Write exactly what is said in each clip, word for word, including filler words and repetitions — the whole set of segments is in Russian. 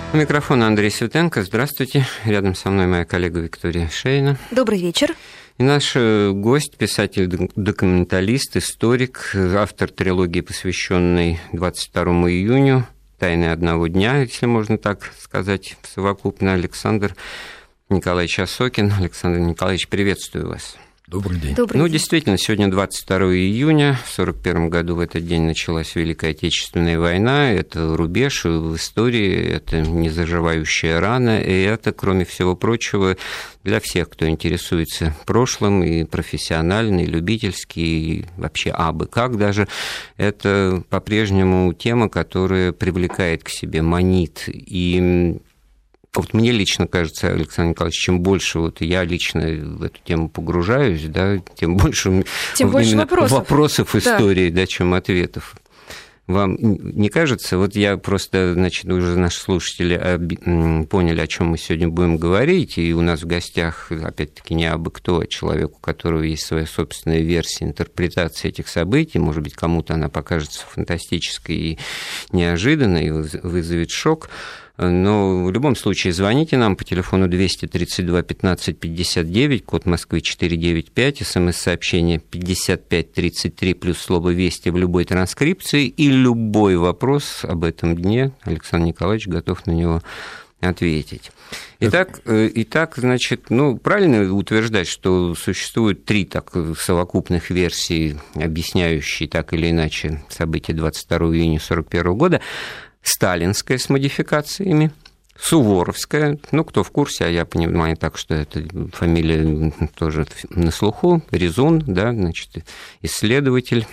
У микрофона Андрей Светенко. Здравствуйте. Рядом со мной моя коллега Виктория Шейна. Добрый вечер. И наш гость, писатель-документалист, историк, автор трилогии, посвященной двадцать второму июню, «Тайны одного дня», если можно так сказать, совокупно, Александр Николаевич Осокин. Александр Николаевич, приветствую вас. Добрый день. Добрый ну, день. Действительно, сегодня двадцать второго июня, в сорок первом году в этот день началась Великая Отечественная война. Это рубеж в истории, это незаживающая рана, и это, кроме всего прочего, для всех, кто интересуется прошлым, и профессионально, и любительски, и вообще абы как даже, это по-прежнему тема, которая привлекает к себе, манит. И вот мне лично кажется, Александр Николаевич, чем больше вот я лично в эту тему погружаюсь, да, тем больше, тем больше вопросов. вопросов истории, да. Да, чем ответов. Вам не кажется? Вот я просто, значит, уже наши слушатели поняли, о чем мы сегодня будем говорить, и у нас в гостях, опять-таки, не абы кто, а человек, у которого есть своя собственная версия интерпретации этих событий. Может быть, кому-то она покажется фантастической и неожиданной, и вызовет шок. Но в любом случае звоните нам по телефону двести тридцать два пятнадцать пятьдесят девять, код Москвы четыреста девяносто пять, смс-сообщение пятьдесят пять тридцать три плюс слово «Вести» в любой транскрипции, и любой вопрос об этом дне Александр Николаевич готов на него ответить. Итак, итак, значит, ну, правильно утверждать, что существует три так совокупных версии, объясняющие так или иначе события двадцать второго июня сорок первого года. Сталинская с модификациями, Суворовская, ну, кто в курсе, а я понимаю так, что эта фамилия тоже на слуху, Резун, да, значит, исследователь.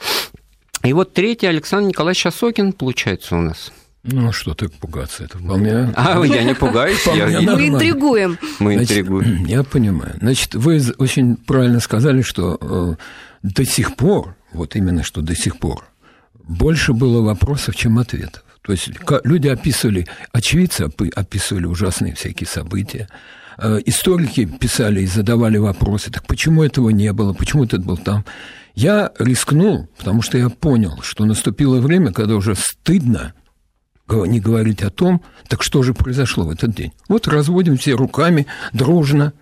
И вот третий Александр Николаевич Осокин, получается, у нас. Ну, что так пугаться, это вполне... А, я не пугаюсь. Мы интригуем. Мы интригуем. Я понимаю. Значит, вы очень правильно сказали, что до сих пор, вот именно что до сих пор, больше было вопросов, чем ответов. То есть люди описывали, очевидцы описывали ужасные всякие события, историки писали и задавали вопросы, так почему этого не было, почему этот был там. Я рискнул, потому что я понял, что наступило время, когда уже стыдно не говорить о том, так что же произошло в этот день. Вот разводим все руками дружно,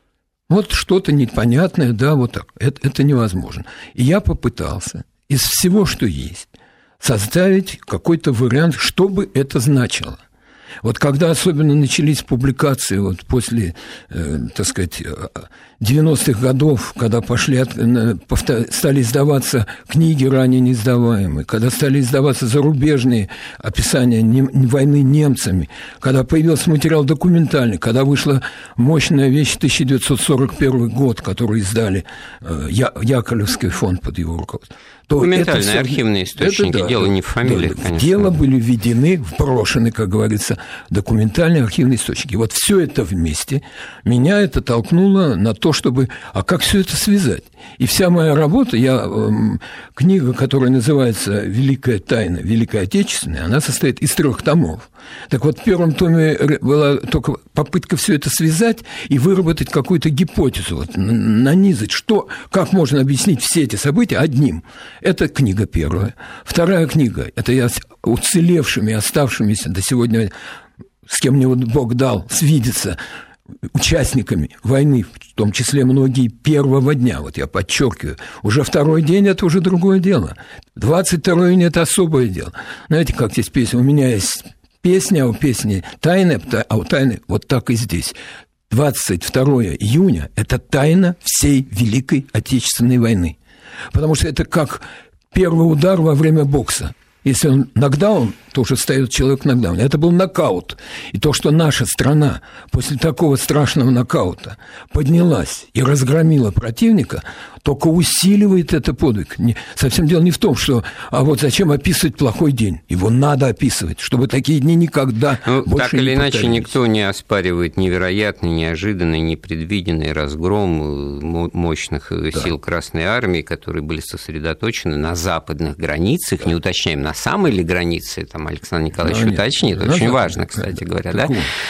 вот что-то непонятное, да, вот так. Это, это невозможно. И я попытался из всего, что есть, составить какой-то вариант, что бы это значило. Вот когда особенно начались публикации вот после, э, так сказать, девяностых годов, когда пошли от, повтор, стали издаваться книги ранее неиздаваемые, когда стали издаваться зарубежные описания нем, войны немцами, когда появился материал документальный, когда вышла мощная вещь тысяча девятьсот сорок первый год, которую издали э, Я, Яковлевский фонд под его руководством. Документальные, все, архивные источники, это, да, дело не в фамилиях, да, конечно. В дело были введены, вброшены, как говорится, документальные архивные источники. Вот все это вместе меня это толкнуло на то, чтобы... А как все это связать? И вся моя работа, я, э, книга, которая называется «Великая тайна Великой Отечественной», она состоит из трех томов. Так вот, в первом томе была только попытка все это связать и выработать какую-то гипотезу, вот, нанизать, что, как можно объяснить все эти события одним. Это книга первая. Вторая книга – это я с уцелевшими, оставшимися до сегодня, с кем мне вот Бог дал свидеться, участниками войны, в том числе многие первого дня, вот я подчеркиваю. Уже второй день – это уже другое дело. двадцать второго июня – это особое дело. Знаете, как здесь песня? У меня есть песня, а у песни тайна, а у тайны вот так и здесь. двадцать второго июня – это тайна всей Великой Отечественной войны. Потому что это как первый удар во время бокса. Если он нокдаун, то уже встает человек в нокдаун. Это был нокаут. И то, что наша страна после такого страшного нокаута поднялась и разгромила противника, только усиливает это подвиг. Не, совсем дело не в том, что а вот зачем описывать плохой день. Его надо описывать, чтобы такие дни никогда ну, больше так или не иначе, повторились. никто не оспаривает невероятный, неожиданный, непредвиденный разгром мощных да. сил Красной Армии, которые были сосредоточены на западных границах, да. не уточняем, на самой ли границе, там Александр Николаевич ну, уточнит, нет, очень да, важно, да, кстати да, говоря, да? да?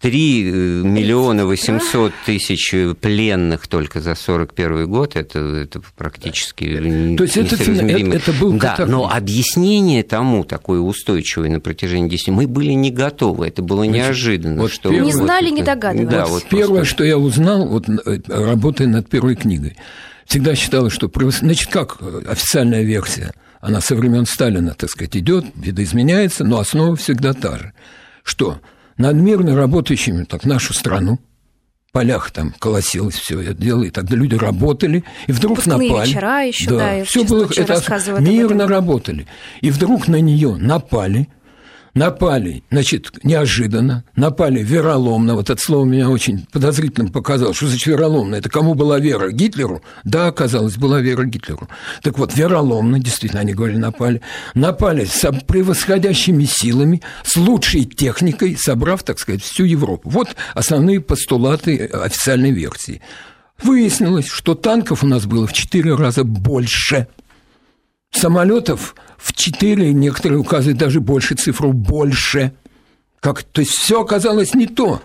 три миллиона восемьсот тысяч пленных только за сорок первый год, это, это практически То есть это, это, это был да, но объяснение тому такое устойчивое на протяжении десяти мы были не готовы, это было неожиданно. Вот что первое, не знали, вот, не догадывались. Да, вот вот первое, просто... что я узнал, вот, работая над первой книгой, всегда считалось, что... Значит, как официальная версия? Она со времен Сталина, так сказать, идет, видоизменяется, но основа всегда та же. Что над мирно работающими, так, нашу страну, в полях там колосилось все это дело, и тогда люди работали, и вдруг Выпускные напали. вечера еще, да, да, все было, это мирно работали. И вдруг на нее напали, Напали, значит, неожиданно, напали вероломно. Вот это слово меня очень подозрительным показалось. Что значит вероломно? Это кому была вера? Гитлеру? Да, оказалось, была вера Гитлеру. Так вот, вероломно, действительно, они говорили, напали. Напали с превосходящими силами, с лучшей техникой, собрав, так сказать, всю Европу. Вот основные постулаты официальной версии. Выяснилось, что танков у нас было в четыре раза больше. Самолетов в четыре, некоторые указывают даже больше цифру, больше. Как, то есть все оказалось не то.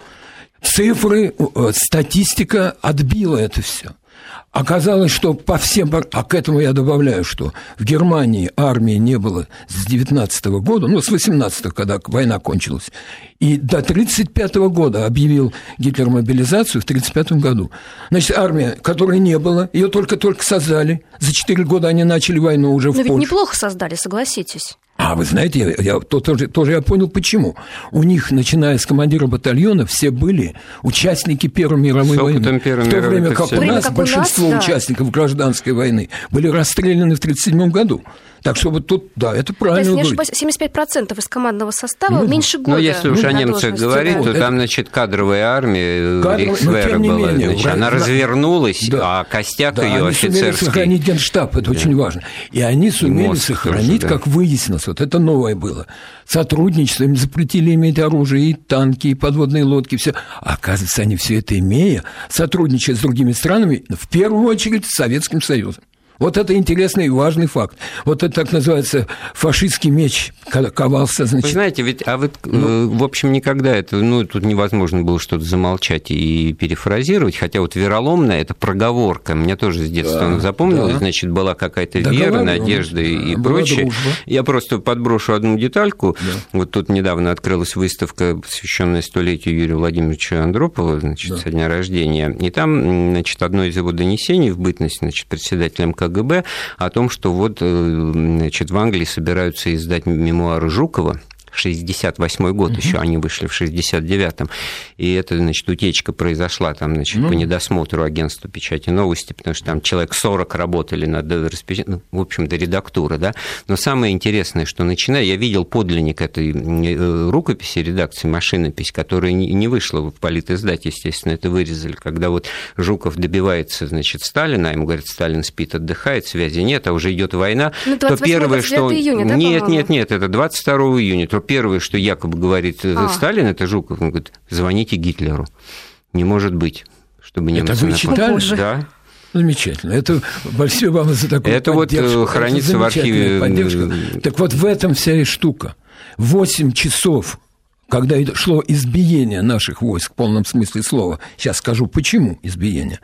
Цифры, статистика отбила это все. Оказалось, что по всем... А к этому я добавляю, что в Германии армии не было с девятнадцатого года, ну, с восемнадцатого, когда война кончилась, и до тридцать пятого года объявил Гитлер мобилизацию в тридцать пятом году. Значит, армия, которой не было, ее только-только создали. За четыре года они начали войну уже в Польше. Но ведь неплохо создали, согласитесь. А вы знаете, я, я то, тоже, тоже я понял, почему. У них, начиная с командира батальона, все были участники Первой мировой войны. Первой в то время, как у нас, как большинство у нас, да. участников гражданской войны были расстреляны в тридцать седьмом году. Так что вот тут, да, это правильно. То есть, не ошибаюсь, семьдесят пять процентов из командного состава ну, меньше года. Ну, если уж о немцах говорить, то это... там, значит, кадровая армия Кадр... Рейхсвера была. Менее, значит, она да, развернулась, да, а костяк да, ее они офицерский. сумели сохранить генштаб, это да. очень важно. И они сумели и сохранить, тоже, да. как выяснилось, вот это новое было. Сотрудничество, им запретили иметь оружие, и танки, и подводные лодки, все. А оказывается, они все это имея, сотрудничая с другими странами, в первую очередь с Советским Союзом. Вот это интересный и важный факт. Вот это так называется фашистский меч ковался, значит. Вы знаете, ведь, а вот, ну, в общем, никогда это, ну, тут невозможно было что-то замолчать и перефразировать, хотя вот вероломная – это проговорка. Мне тоже с детства да, запомнилось, да. значит, была какая-то да, вера, говорю, надежда да, и прочее. Дружба. Я просто подброшу одну детальку. Да. Вот тут недавно открылась выставка, посвященная столетию Юрия Владимировича Андропова, значит, да. со дня рождения. И там, значит, одно из его донесений в бытность, значит, председателем КГБ о том, что вот, значит, в Англии собираются издать мемуары Жукова. шестьдесят восьмой год угу. еще, они вышли в шестьдесят девятом, и эта, значит, утечка произошла там, значит, ну. по недосмотру агентства печати новости, потому что там человек сорок работали над распечатанием, ну, в общем-то, редактура, да, но самое интересное, что начиная, я видел подлинник этой рукописи, редакции «Машинопись», которая не вышла в политиздат, естественно, это вырезали, когда вот Жуков добивается, значит, Сталина, ему говорят, Сталин спит, отдыхает, связи нет, а уже идет война, ну, то первое, что... июня, да, нет, по-моему? нет, нет, это двадцать второго июня, то первое, что якобы говорит а. Сталин, это Жуков, он говорит, звоните Гитлеру. Не может быть, чтобы немцы... Это вы читали? Да. Замечательно. Это большое вам за такую это поддержку. Это вот хранится это в архиве... Поддержка. Так вот в этом вся и штука. Восемь часов, когда шло избиение наших войск в полном смысле слова, сейчас скажу, почему избиение,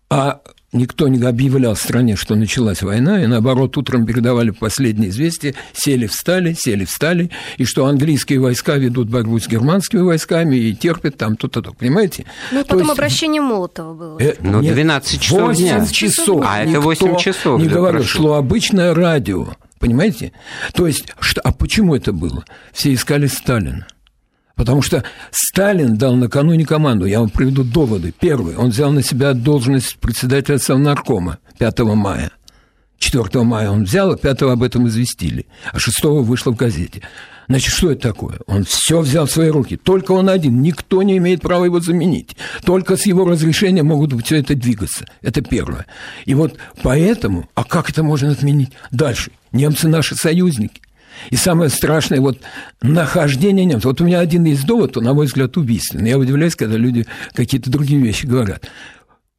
а никто не объявлял в стране, что началась война, и наоборот, утром передавали последние известия, сели, встали, сели, встали, и что английские войска ведут борьбу с германскими войсками и терпят там то-то, то, понимаете? Ну, потом есть... обращение Молотова было. Э, ну, двенадцать часов дня. восемь часов. А это восемь часов. Не говорю, шло обычное радио, понимаете? То есть, что... а почему это было? Все искали Сталина. Потому что Сталин дал накануне команду, я вам приведу доводы. Первый, он взял на себя должность председателя Совнаркома пятого мая. четвёртого мая он взял, а пятого об этом известили, а шестого вышло в газете. Значит, что это такое? Он все взял в свои руки. Только он один, никто не имеет права его заменить. Только с его разрешения могут все это двигаться. Это первое. И вот поэтому, а как это можно отменить? Дальше. Немцы наши союзники. И самое страшное, вот, нахождение немцев. Вот у меня один есть довод, на мой взгляд, убийственный. Я удивляюсь, когда люди какие-то другие вещи говорят.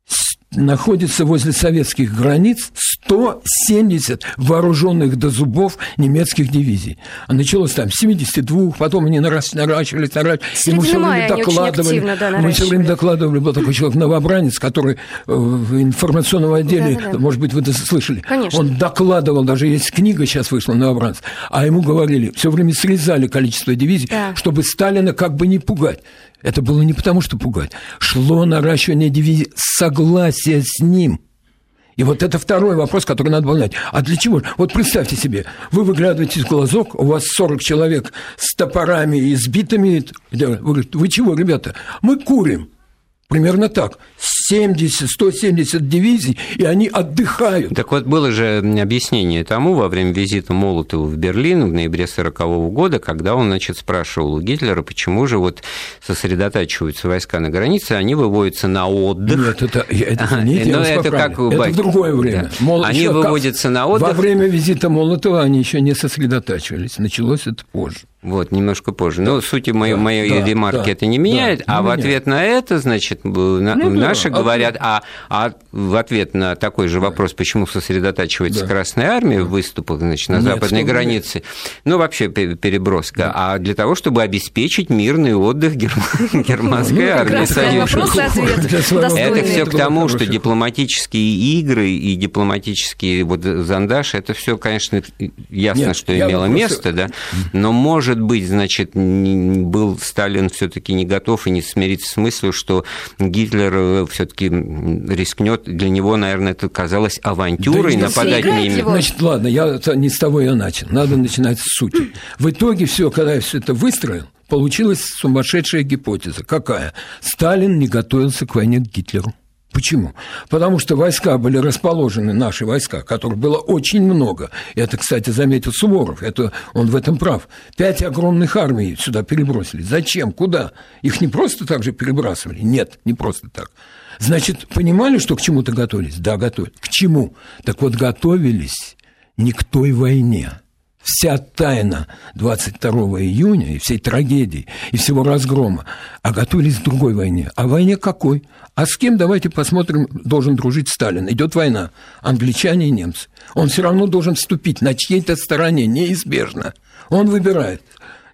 находится возле советских границ сто семьдесят вооруженных до зубов немецких дивизий. А началось там с семидесяти двух, потом они наращивались, наращивались. И мы все время докладывали, да, мы все время докладывали, был такой человек-новобранец, который в информационном отделе, да, да, да. может быть, вы это слышали, Конечно. Он докладывал, даже есть книга сейчас вышла «Новобранец», а ему говорили, все время срезали количество дивизий, да. чтобы Сталина как бы не пугать. Это было не потому, что пугать. Шло наращивание дивизий согласия с ним. И вот это второй вопрос, который надо было знать. А для чего? Вот представьте себе, вы выглядываете из глазок, у вас сорок человек с топорами и с битами. Вы говорите, вы чего, ребята? Мы курим. Примерно так. семьдесят сто семьдесят дивизий, и они отдыхают. Так вот, было же объяснение тому во время визита Молотова в Берлин в ноябре сорокового года, когда он, значит, спрашивал у Гитлера, почему же вот сосредотачиваются войска на границе, они выводятся на отдых. Нет, это, это извините, Но это, как это в другое время. Да. Мол, они выводятся на отдых. Во время визита Молотова они еще не сосредотачивались. Началось это позже. Вот, немножко позже. Но сути моей, да, моей да, ремарки да, это не меняет, да, а не в меняет. Ответ на это, значит, на, ну, наши да, говорят, а, а в ответ на такой же вопрос, почему сосредотачивается да. Красная Армия в выступах, значит, на Нет, западной границе, нет. ну, вообще переброска, да. а для того, чтобы обеспечить мирный отдых германской армии. Это все к тому, что дипломатические игры и дипломатический вот зондаж, это все, конечно, ясно, что имело место, да, но может Может быть, значит, был Сталин все-таки не готов и не смириться с мыслью, что Гитлер все-таки рискнет. Для него, наверное, это казалось авантюрой да нападать на имя. Значит, ладно, я не с того я начал. Надо начинать с сути. В итоге все, когда я все это выстроил, получилась сумасшедшая гипотеза. Какая? Сталин не готовился к войне к Гитлеру. Почему? Потому что войска были расположены, наши войска, которых было очень много. Это, кстати, заметил Суворов, это, он в этом прав. Пять огромных армий сюда перебросили. Зачем? Куда? Их не просто так же перебрасывали? Нет, не просто так. Значит, понимали, что к чему-то готовились? Да, готовились. К чему? Так вот, готовились не к той войне. Вся тайна двадцать второго июня и всей трагедии, и всего разгрома, а готовились к другой войне. А войне какой? А с кем, давайте посмотрим, должен дружить Сталин. Идет война, англичане и немцы. Он все равно должен вступить на чьей-то стороне, неизбежно. Он выбирает.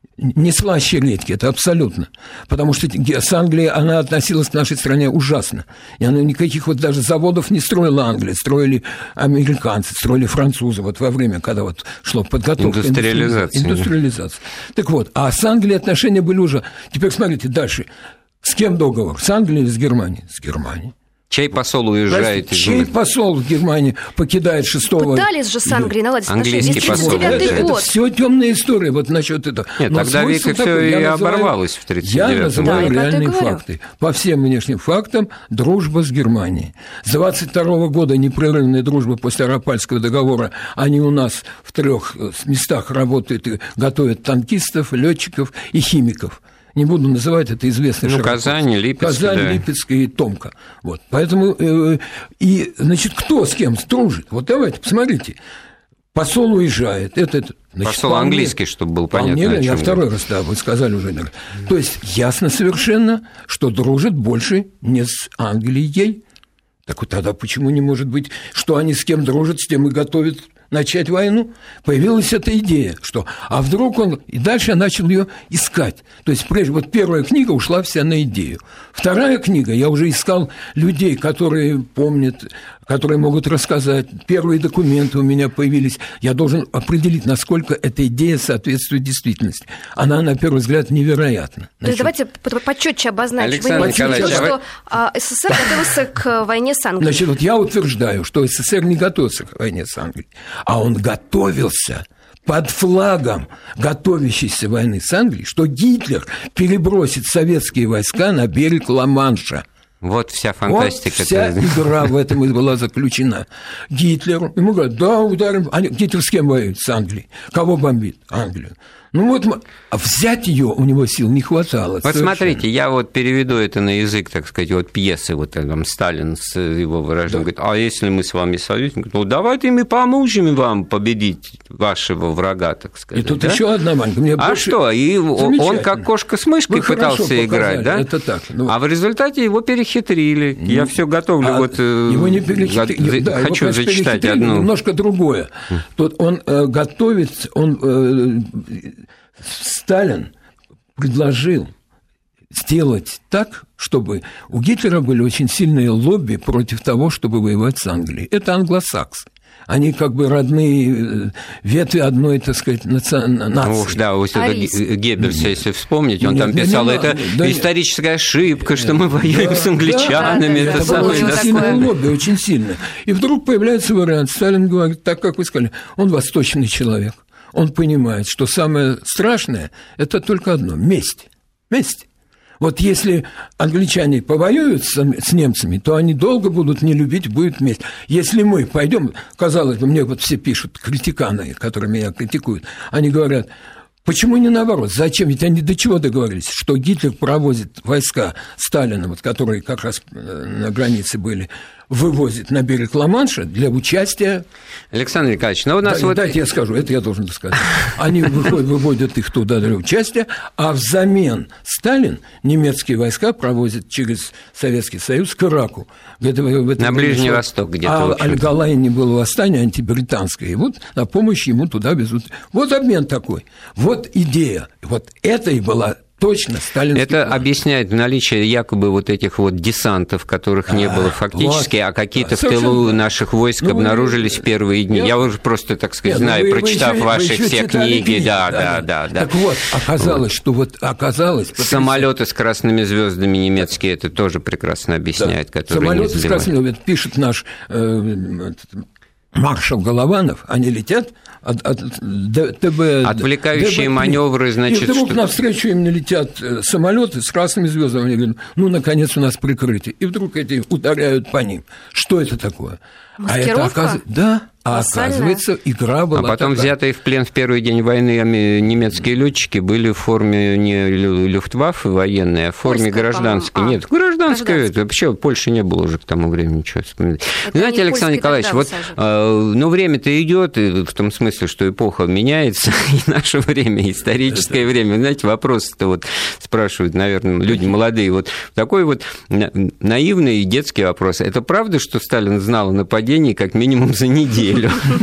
Не слаще редьки, это абсолютно. Потому что с Англией она относилась к нашей стране ужасно. И она никаких вот даже заводов не строила Англия, строили американцы, строили французы вот во время, когда вот шло подготовка. Индустриализация. Индустриализация. Так вот, а с Англией отношения были уже... Теперь смотрите дальше. С кем договор? С Англией или с Германией? С Германией. Чей посол уезжает? Из... Чей посол в Германии покидает шестого... Пытались же с Англией наладить отношения. Английский посол. Это, это все темная история вот насчет этого. Нет, Но тогда ведь все и оборвалось в тридцать девятом. Я называю да, реальные факты. По всем внешним фактам дружба с Германией. С двадцать второго года непрерывная дружба после Раппальского договора. Они у нас в трех местах работают и готовят танкистов, летчиков и химиков. Не буду называть, это известно. Ну, Казань, Липецк, Казань, да. Липецк и Томка. Вот. Поэтому, э, и, значит, кто с кем дружит? Вот давайте, посмотрите. Посол уезжает. Это, это, значит, посол вполне, английский, чтобы было понятно. Вполне, я второй раз, да, вы сказали уже. Наверное. То есть, ясно совершенно, что дружит больше не с Англией. Так вот тогда почему не может быть, что они с кем дружат, с тем и готовят начать войну? Появилась эта идея, что а вдруг он... И дальше я начал ее искать. То есть, прежде вот первая книга ушла вся на идею. Вторая книга, я уже искал людей, которые помнят, которые могут рассказать. Первые документы у меня появились. Я должен определить, насколько эта идея соответствует действительности. Она, на первый взгляд, невероятна. То есть, давайте почетче обозначим. Александр Вы Николаевич, что а... СССР готовился к войне с Англией. Значит, вот я утверждаю, что СССР не готовился к войне с Англией, а он готовился под флагом готовящейся войны с Англией, что Гитлер перебросит советские войска на берег Ла-Манша. Вот вся фантастика. Вот вся игра в этом и была заключена. Гитлер, ему говорят, да, ударим. А Гитлер с кем воюет? С Англией. Кого бомбит? Англию. Ну вот взять ее у него сил не хватало. Вот совершенно. Смотрите, я вот переведу это на язык, так сказать, вот пьесы, вот там Сталин с его выражением да. говорит, а если мы с вами союзники, ну давайте мы поможем вам победить вашего врага, так сказать. И тут да? еще одна маленькая. Мне а что, и он как кошка с мышкой Вы пытался играть, да? Это так. Ну, а в результате его перехитрили. Ну, я все готовлю, а вот его не перехитрили. Да, хочу его, конечно, зачитать одну. Немножко другое. Тут он э, готовит, он э, Сталин предложил сделать так, чтобы у Гитлера были очень сильные лобби против того, чтобы воевать с Англией. Это англосаксы. Они как бы родные ветви одной, так сказать, нации. Ну уж да, вот это Геббельс, если вспомнить, он нет, там писал, нет, это да, историческая ошибка, нет, что мы воюем да, с англичанами. Да, это это самое, очень да, сильное лобби, очень сильное. И вдруг появляется вариант, Сталин говорит, так как вы сказали, он восточный человек. Он понимает, что самое страшное – это только одно – месть. Месть. Вот если англичане повоюют с, с немцами, то они долго будут не любить, будет месть. Если мы пойдем, казалось бы, мне вот все пишут, критиканы, которые меня критикуют, они говорят, почему не наоборот? Зачем? Ведь они до чего договорились? Что Гитлер провозит войска Сталина, вот, которые как раз на границе были, вывозит на берег Ла-Манша для участия. Александр Николаевич, ну у нас да, вот... Дайте я скажу, это я должен сказать. Они выходят, выводят их туда для участия, а взамен Сталин немецкие войска провозит через Советский Союз к Ираку. Где-то, на Ближний Восток где-то. А Аль-Галайне было восстание антибританское, и вот на помощь ему туда везут. Вот обмен такой, вот идея. Вот это и была... Точно, сталинский Это план. Объясняет наличие якобы вот этих вот десантов, которых а, не было фактически, вот, а какие-то да, в тылу наших войск ну, обнаружились вы, в первые дни. Я, я уже просто, так сказать, нет, знаю, вы, прочитав вы еще, ваши вы все книги. книги. Да, да, да, да, да. Так вот, оказалось, вот. что вот оказалось... Самолеты с красными звездами немецкие, это тоже прекрасно объясняет. Да. Самолеты с красными звездами, пишет наш... Э, маршал Голованов, они летят от, от ТБ... Отвлекающие ДБ, маневры, значит... И вдруг что... навстречу им не летят самолеты с красными звездами. Они говорят, ну, наконец, у нас прикрытие. И вдруг эти ударяют по ним. Что это такое? Маскировка? А это оказывается... Да. А оказывается, игра была. А потом такая. Взятые в плен в первый день войны немецкие летчики были в форме не люфтваффе военной, а в форме Польская, гражданской. А, Нет, гражданской. Вообще в Польше не было уже к тому времени ничего вспоминать. Знаете, Александр Николаевич, вот, ну, время-то идет, в том смысле, что эпоха меняется, и наше время, историческое Это... время. Знаете, вопросы-то вот спрашивают, наверное, люди молодые. Вот такой вот наивный детский вопрос. Это правда, что Сталин знал о нападении как минимум за неделю?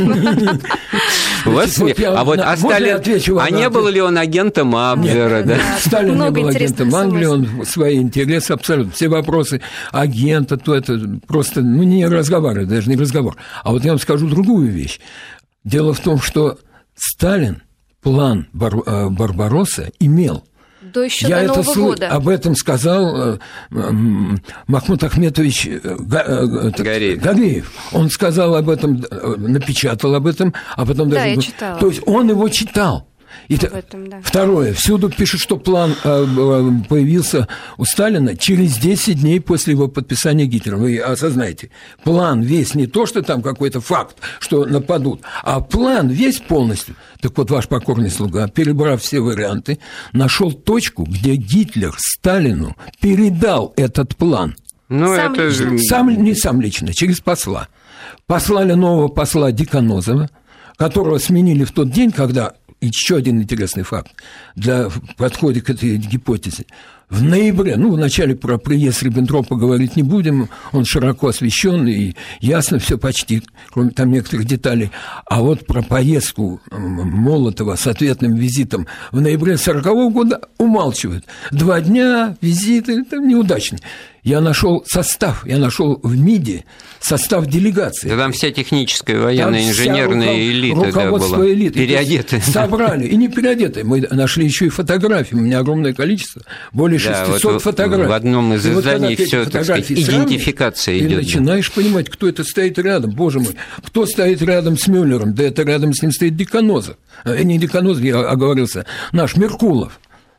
У вас вот а вот а Сталин, а не был ли он агентом Абвера? Да? Сталин не был агентом Англии, он свои интересы абсолютно. Все вопросы агента, то это просто, ну, не разговаривать, даже не разговор. А вот я вам скажу другую вещь. Дело в том, что Сталин план Бар- Барбаросса имел. До еще Я до это Нового слу... года. Об этом сказал э, э, Махмуд Ахметович Га... Гареев. Гареев. Он сказал об этом, напечатал об этом, а потом да, даже... я читала. То есть он его читал. И об этом, да. Второе. Всюду пишут, что план появился у Сталина через десять дней после его подписания Гитлером. Вы осознаете. План весь не то, что там какой-то факт, что нападут, а план весь полностью. Так вот, ваш покорный слуга, перебрав все варианты, нашел точку, где Гитлер Сталину передал этот план. Ну, сам это лично. Сам, не сам лично, через посла. Послали нового посла Деканозова, которого сменили в тот день, когда... Еще один интересный факт для подхода к этой гипотезе. В ноябре, ну, вначале про приезд Риббентропа говорить не будем, он широко освещен и ясно все почти, кроме там некоторых деталей. А вот про поездку Молотова с ответным визитом в ноябре сорокового года умалчивают. Два дня, визиты, это неудачный. Я нашел состав, я нашел в МИДе состав делегации. Да там вся техническая, военная, инженерная руков... элита руководство да, была. Элиты. Переодетые. Собрали, и не переодетые. Мы нашли еще и фотографии, у меня огромное количество, более шестисот да, вот фотографий. В одном из изданий вот все, так сказать, идентификация идет. Ты начинаешь да. понимать, кто это стоит рядом, боже мой. Кто стоит рядом с Мюллером? Да это рядом с ним стоит Деканозов. Не Деканозов, я оговорился, наш Меркулов.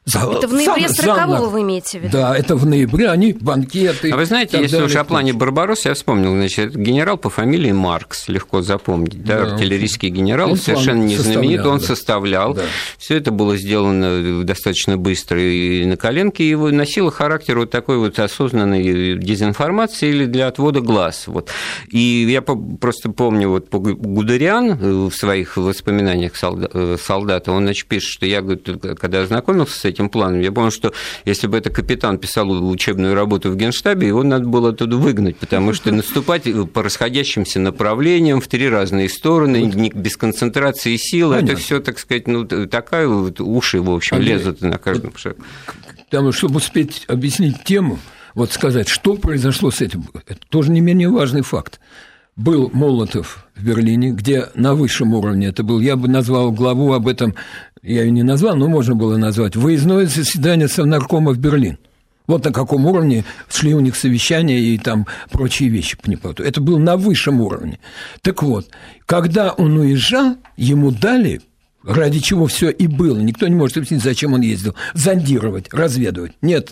За... Это в ноябре сорокового вы имеете в виду? Да, это в ноябре, они банкеты. А вы знаете, если уж о плане Барбаросса, я вспомнил, значит, генерал по фамилии Маркс, легко запомнить, да, да, артиллерийский генерал, он совершенно не знаменитый, он да. составлял. Да. Все это было сделано достаточно быстро и на коленке, и его носило характер вот такой вот осознанной дезинформации или для отвода глаз. Вот. И я просто помню, вот Гудериан в своих воспоминаниях солдата, он, значит, пишет, что я, когда ознакомился с этим этим планом. Я помню, что если бы это капитан писал учебную работу в Генштабе, его надо было оттуда выгнать, потому что наступать по расходящимся направлениям в три разные стороны, без концентрации сил, Понятно. Это все, так сказать, ну, такая вот уши, в общем, Андрей, лезут на каждом вот, шаге. Потому, чтобы успеть объяснить тему, вот сказать, что произошло с этим, это тоже не менее важный факт. Был Молотов в Берлине, где на высшем уровне это был, я бы назвал главу об этом, я ее не назвал, но можно было назвать, выездное заседание Совнаркома в Берлин. Вот на каком уровне шли у них совещания и там прочие вещи. Это было на высшем уровне. Так вот, когда он уезжал, ему дали, ради чего все и было, никто не может объяснить, зачем он ездил, зондировать, разведывать. Нет.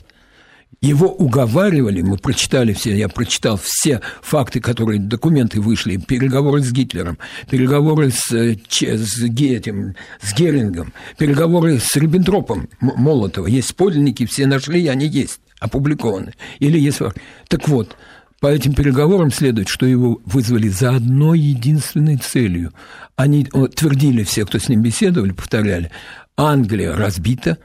Его уговаривали, мы прочитали все, я прочитал все факты, которые, документы вышли, переговоры с Гитлером, переговоры с, с, Гетем, с Герингом, переговоры с Риббентропом Молотова. Есть подлинники, все нашли, они есть, опубликованы. Или есть... Так вот, по этим переговорам следует, что его вызвали за одной единственной целью. Они твердили все, кто с ним беседовали, повторяли, Англия разбита,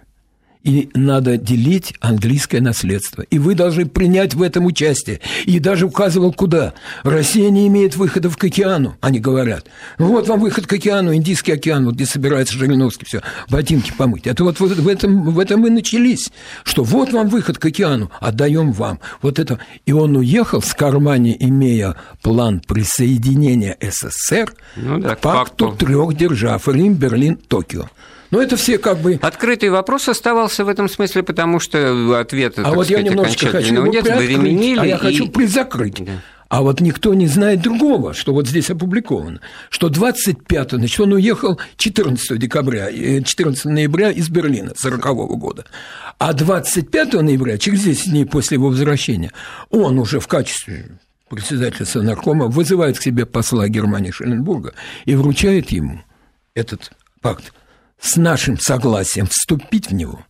и надо делить английское наследство. И вы должны принять в этом участие. И даже указывал, куда. Россия не имеет выхода к океану, они говорят. Ну, вот вам выход к океану, Индийский океан, вот где собирается Жириновский, все, ботинки помыть. Это вот в этом, в этом и начались, что вот вам выход к океану, отдаем вам. Вот это. И он уехал с кармане, имея план присоединения СССР ну, да, к пакту трех держав: Рим, Берлин, Токио. Но это все как бы... Открытый вопрос оставался в этом смысле, потому что ответа, а так вот сказать, я немножечко хочу его нет, приоткрыть, а я и... хочу призакрыть. Да. А вот никто не знает другого, что вот здесь опубликовано, что двадцать пятого, значит, он уехал четырнадцатого декабря, четырнадцатого ноября из Берлина сорокового года, а двадцать пятого ноября, через десять дней после его возвращения, он уже в качестве председателя Совнаркома вызывает к себе посла Германии Шелленбурга и вручает ему этот пакт с нашим согласием вступить в него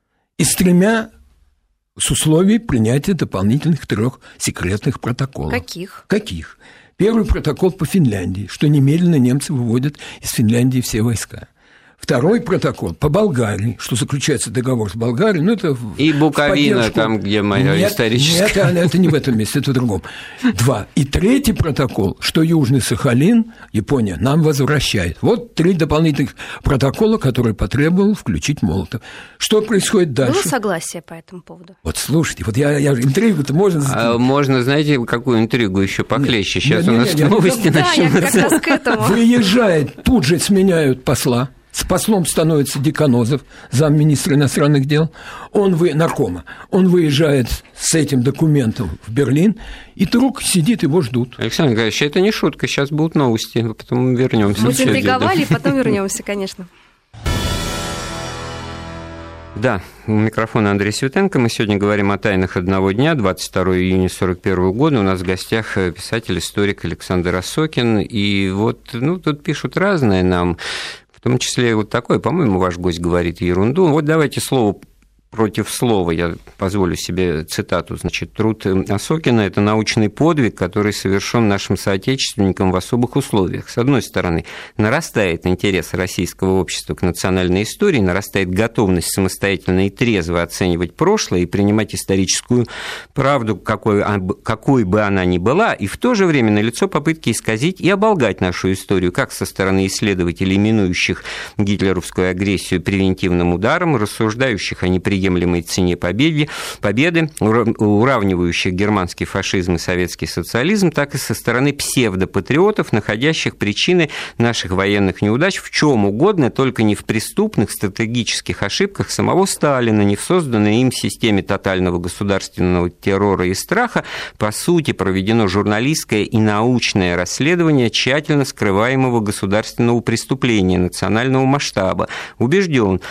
и с тремя с условием принятия дополнительных трех секретных протоколов. Каких? Каких? Первый протокол по Финляндии, что немедленно немцы выводят из Финляндии все войска. Второй протокол по Болгарии, что заключается договор с Болгарией, ну это и Буковина, там, где моя нет, историческая. Нет, это не в этом месте, это в другом. Два. И третий протокол, что Южный Сахалин, Япония, нам возвращает. Вот три дополнительных протокола, которые потребовал включить Молотов. Что происходит дальше? Было согласие по этому поводу? Вот слушайте, вот я, я интригу-то можно... А можно, знаете, какую интригу еще поклеще? Сейчас нет, у нас нет, новости нет, начнутся. Да, я как раз к этому. Выезжает, тут же сменяют посла. С послом становится Деканозов, замминистра иностранных дел, он вы, наркома. Он выезжает с этим документом в Берлин, и друг сидит, его ждут. Александр Николаевич, это не шутка, сейчас будут новости, потом вернемся. Мы заинтриговали, да. Потом вернемся, конечно. Да, у микрофона Андрей Светенко. Мы сегодня говорим о тайнах одного дня, двадцать второго июня сорок первого года. У нас в гостях писатель, историк Александр Осокин. И вот, ну, тут пишут разное нам. В том числе вот такое, по-моему, ваш гость говорит ерунду. Вот давайте слово против слова, я позволю себе цитату. Значит, труд Осокина – это научный подвиг, который совершен нашим соотечественникам в особых условиях. С одной стороны, нарастает интерес российского общества к национальной истории, нарастает готовность самостоятельно и трезво оценивать прошлое и принимать историческую правду, какой, какой бы она ни была, и в то же время налицо попытки исказить и оболгать нашу историю, как со стороны исследователей, именующих гитлеровскую агрессию превентивным ударом, рассуждающих о неприемлемой приемлемой цене победы, победы, уравнивающих германский фашизм и советский социализм, так и со стороны псевдопатриотов, находящих причины наших военных неудач в чем угодно, только не в преступных стратегических ошибках самого Сталина, не в созданной им системе тотального государственного террора и страха. По сути, проведено журналистское и научное расследование тщательно скрываемого государственного преступления национального масштаба. Убежден,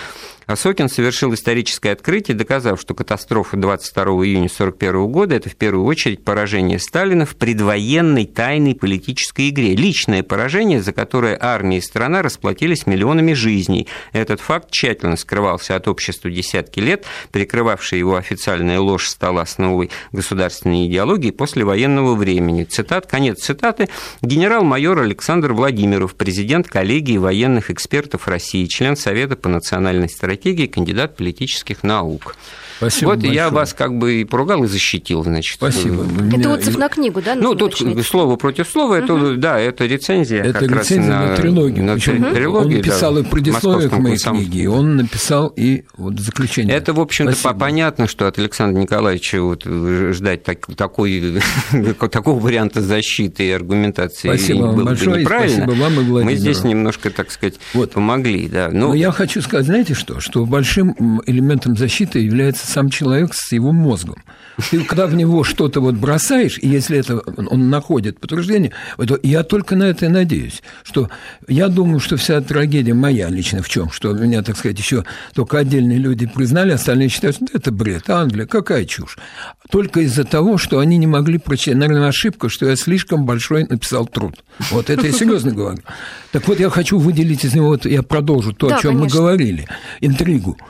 Осокин совершил историческое открытие, доказав, что катастрофа двадцать второго июня сорок первого года – это в первую очередь поражение Сталина в предвоенной тайной политической игре. Личное поражение, за которое армия и страна расплатились миллионами жизней. Этот факт тщательно скрывался от общества десятки лет, прикрывавшая его официальная ложь стола с новой государственной идеологией после военного времени. Цитат, конец цитаты. Генерал-майор Александр Владимиров, президент коллегии военных экспертов России, член Совета по национальной стратегии, кандидат политических наук. Спасибо вот большое. Я вас как бы и поругал, и защитил, значит. Спасибо. Это отзыв на книгу, да? Ну, тут начинается? Слово против слова, это, угу. да, это рецензия. Это как рецензия раз на, на трилогию. На трилогию, он написал да, и предисловие к моей книге, он написал и вот заключение. Это, в общем-то, Спасибо. понятно, что от Александра Николаевича вот ждать так, такой, такого варианта защиты и аргументации спасибо было большое, бы неправильно. Спасибо вам и Владимиру. Мы здесь немножко, так сказать, вот. помогли. Да. Ну, Но я хочу сказать, знаете что, что большим элементом защиты является сам человек с его мозгом. Ты когда в него что-то вот бросаешь, и если это он находит подтверждение, то я только на это и надеюсь, что я думаю, что вся трагедия моя лично в чем, что меня, так сказать, еще только отдельные люди признали, остальные считают, что это бред, Англия, какая чушь. Только из-за того, что они не могли прочитать. Наверное, ошибка, что я слишком большой написал труд. Вот это я серьезно говорю. Так вот, я хочу выделить из него, вот я продолжу то, да, о чем мы говорили, интригу.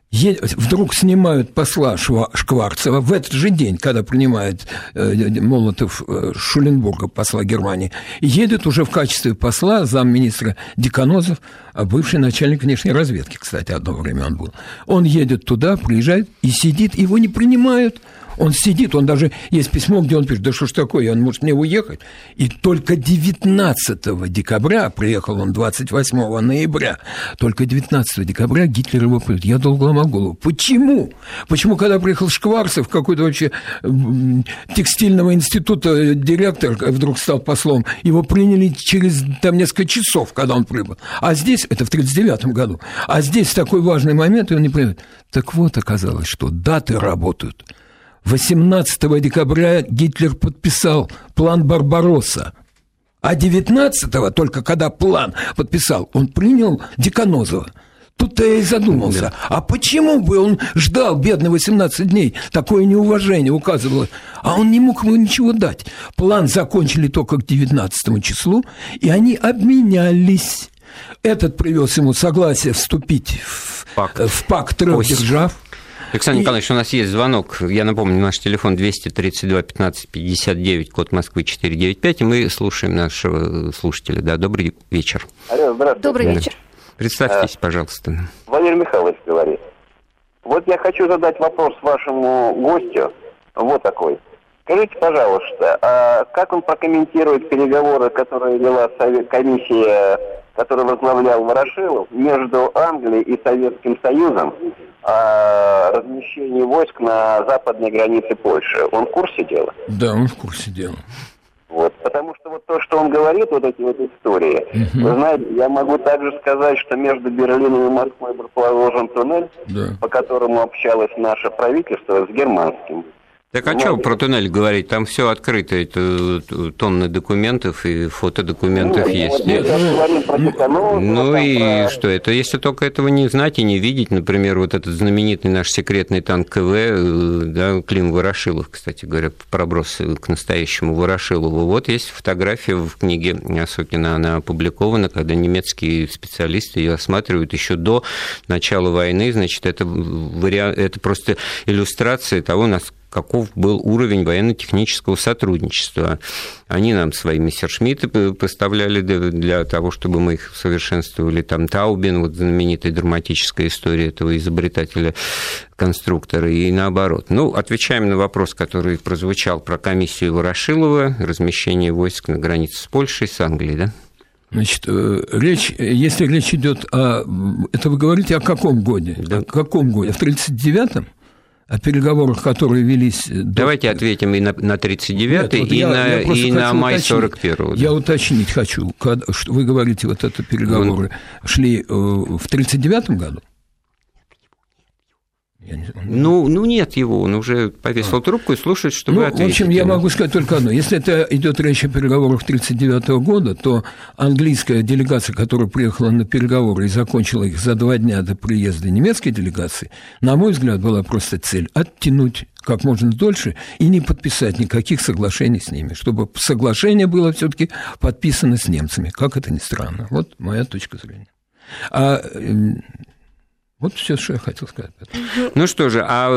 Вдруг снимают посла Шкварцева в этот же день, когда принимает Молотов Шуленбурга, посла Германии, и едет уже в качестве посла замминистра Деканозов, бывший начальник внешней разведки, кстати, одно время он был. Он едет туда, приезжает и сидит, его не принимают. Он сидит, он даже... Есть письмо, где он пишет, да что ж такое, он может мне уехать. И только девятнадцатого декабря, приехал он двадцать восьмого ноября, только девятнадцатого декабря Гитлер его приводит. Я долго ломал голову. Почему? Почему, когда приехал Шкварцев, какой-то вообще текстильного института директор вдруг стал послом, его приняли через там несколько часов, когда он прибыл. А здесь, это в тридцать девятом году, а здесь такой важный момент, и он не принимает. Так вот, оказалось, что даты работают. восемнадцатого декабря Гитлер подписал план Барбаросса, а девятнадцатого, только когда план подписал, он принял Деканозова. Тут-то я и задумался, а почему бы он ждал, бедный, восемнадцать дней, такое неуважение указывало, а он не мог ему ничего дать. План закончили только к девятнадцатому числу, и они обменялись. Этот привез ему согласие вступить в пакт, в пакт трех держав. Александр Николаевич, у нас есть звонок. Я напомню, наш телефон двести тридцать два пятнадцать пятьдесят девять, код Москвы четыреста девяносто пять, и мы слушаем нашего слушателя. Да, добрый вечер. Алло, здравствуйте. Добрый вечер. Представьтесь, пожалуйста. Валерий Михайлович говорит. Вот я хочу задать вопрос вашему гостю. Вот такой. Скажите, пожалуйста, а как он прокомментирует переговоры, которые вела комиссия, которую возглавлял Ворошилов, между Англией и Советским Союзом о размещении войск на западной границе Польши? Он в курсе дела? Да, он в курсе дела. Вот, потому что вот то, что он говорит, вот эти вот истории, uh-huh. вы знаете, я могу также сказать, что между Берлином и Москвой был проложен туннель, да. по которому общалось наше правительство с германским. Так а что про туннель говорить? Там все открыто, это тонны документов и фотодокументов ну, есть. Вот ну, ну и про... что это? Если только этого не знать и не видеть, например, вот этот знаменитый наш секретный танк КВ, да, Клим Ворошилов, кстати говоря, проброс к настоящему Ворошилову. Вот есть фотография в книге Осокина, она опубликована, когда немецкие специалисты ее осматривают еще до начала войны. Значит, это, вариант, это просто иллюстрация того, насколько каков был уровень военно-технического сотрудничества. Они нам свои мессершмитты поставляли для того, чтобы мы их совершенствовали. Там Таубен, вот знаменитая драматическая история этого изобретателя-конструктора, и наоборот. Ну, отвечаем на вопрос, который прозвучал про комиссию Ворошилова, размещение войск на границе с Польшей, с Англией, да? Значит, речь, если речь идет о... Это вы говорите о каком годе? Да. О каком годе? В тридцать девятом? О переговорах, которые велись... Давайте до... ответим и на, на тридцать девятый, Нет, вот и, я, на, я и на май сорок первого. Я уточнить хочу. Когда, что вы говорите, вот это переговоры Вы... шли э, в тридцать девятом году? Не... Ну, ну, нет его, он уже повесил а. трубку и слушает, что ну, вы ответите. В общем, я могу сказать только одно. Если это идет речь о переговорах тысяча девятьсот тридцать девятого года, то английская делегация, которая приехала на переговоры и закончила их за два дня до приезда немецкой делегации, на мой взгляд, была просто цель оттянуть как можно дольше и не подписать никаких соглашений с ними, чтобы соглашение было все-таки подписано с немцами, как это ни странно. Вот моя точка зрения. А вот все, что я хотел сказать. Ну что же, а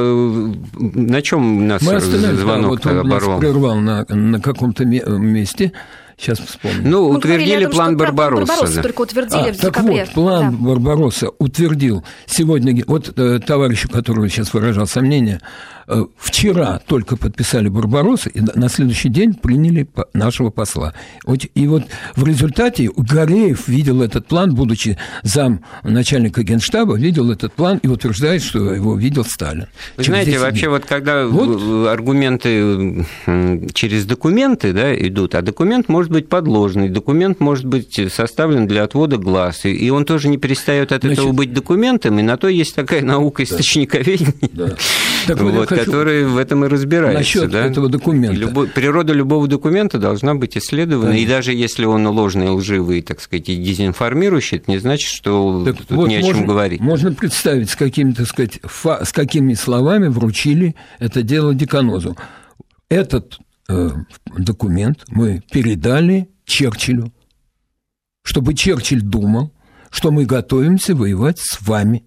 на чем нас звонок да, вот он оборвал? Нас прервал на, на каком-то месте. Сейчас вспомню. Ну, Мы утвердили том, план Барбаросса. Барбаросса да. только утвердили а, в так декабре. Вот, план да. Барбаросса утвердил сегодня... Вот э, товарищу, который сейчас выражал сомнения, э, вчера только подписали Барбаросса, и на следующий день приняли нашего посла. Вот, и вот в результате Гореев видел этот план, будучи зам начальника Генштаба, видел этот план и утверждает, что его видел Сталин. Вы знаете, вообще дней. вот когда вот. аргументы через документы да, идут, а документ может быть подложный, документ может быть составлен для отвода глаз, и он тоже не перестает от Значит, этого быть документом, и на то есть такая наука источниковедения, да. да. вот, которая в этом и разбирается. Насчет да? этого документа. Любой, природа любого документа должна быть исследована, да. и даже если он ложный, лживый, так сказать, и дезинформирующий, это не значит, что так тут вот не о чем можно, говорить. Можно представить, с какими, так сказать, фа- с какими словами вручили это дело Деканозу. Этот документ мы передали Черчиллю, чтобы Черчилль думал, что мы готовимся воевать с вами,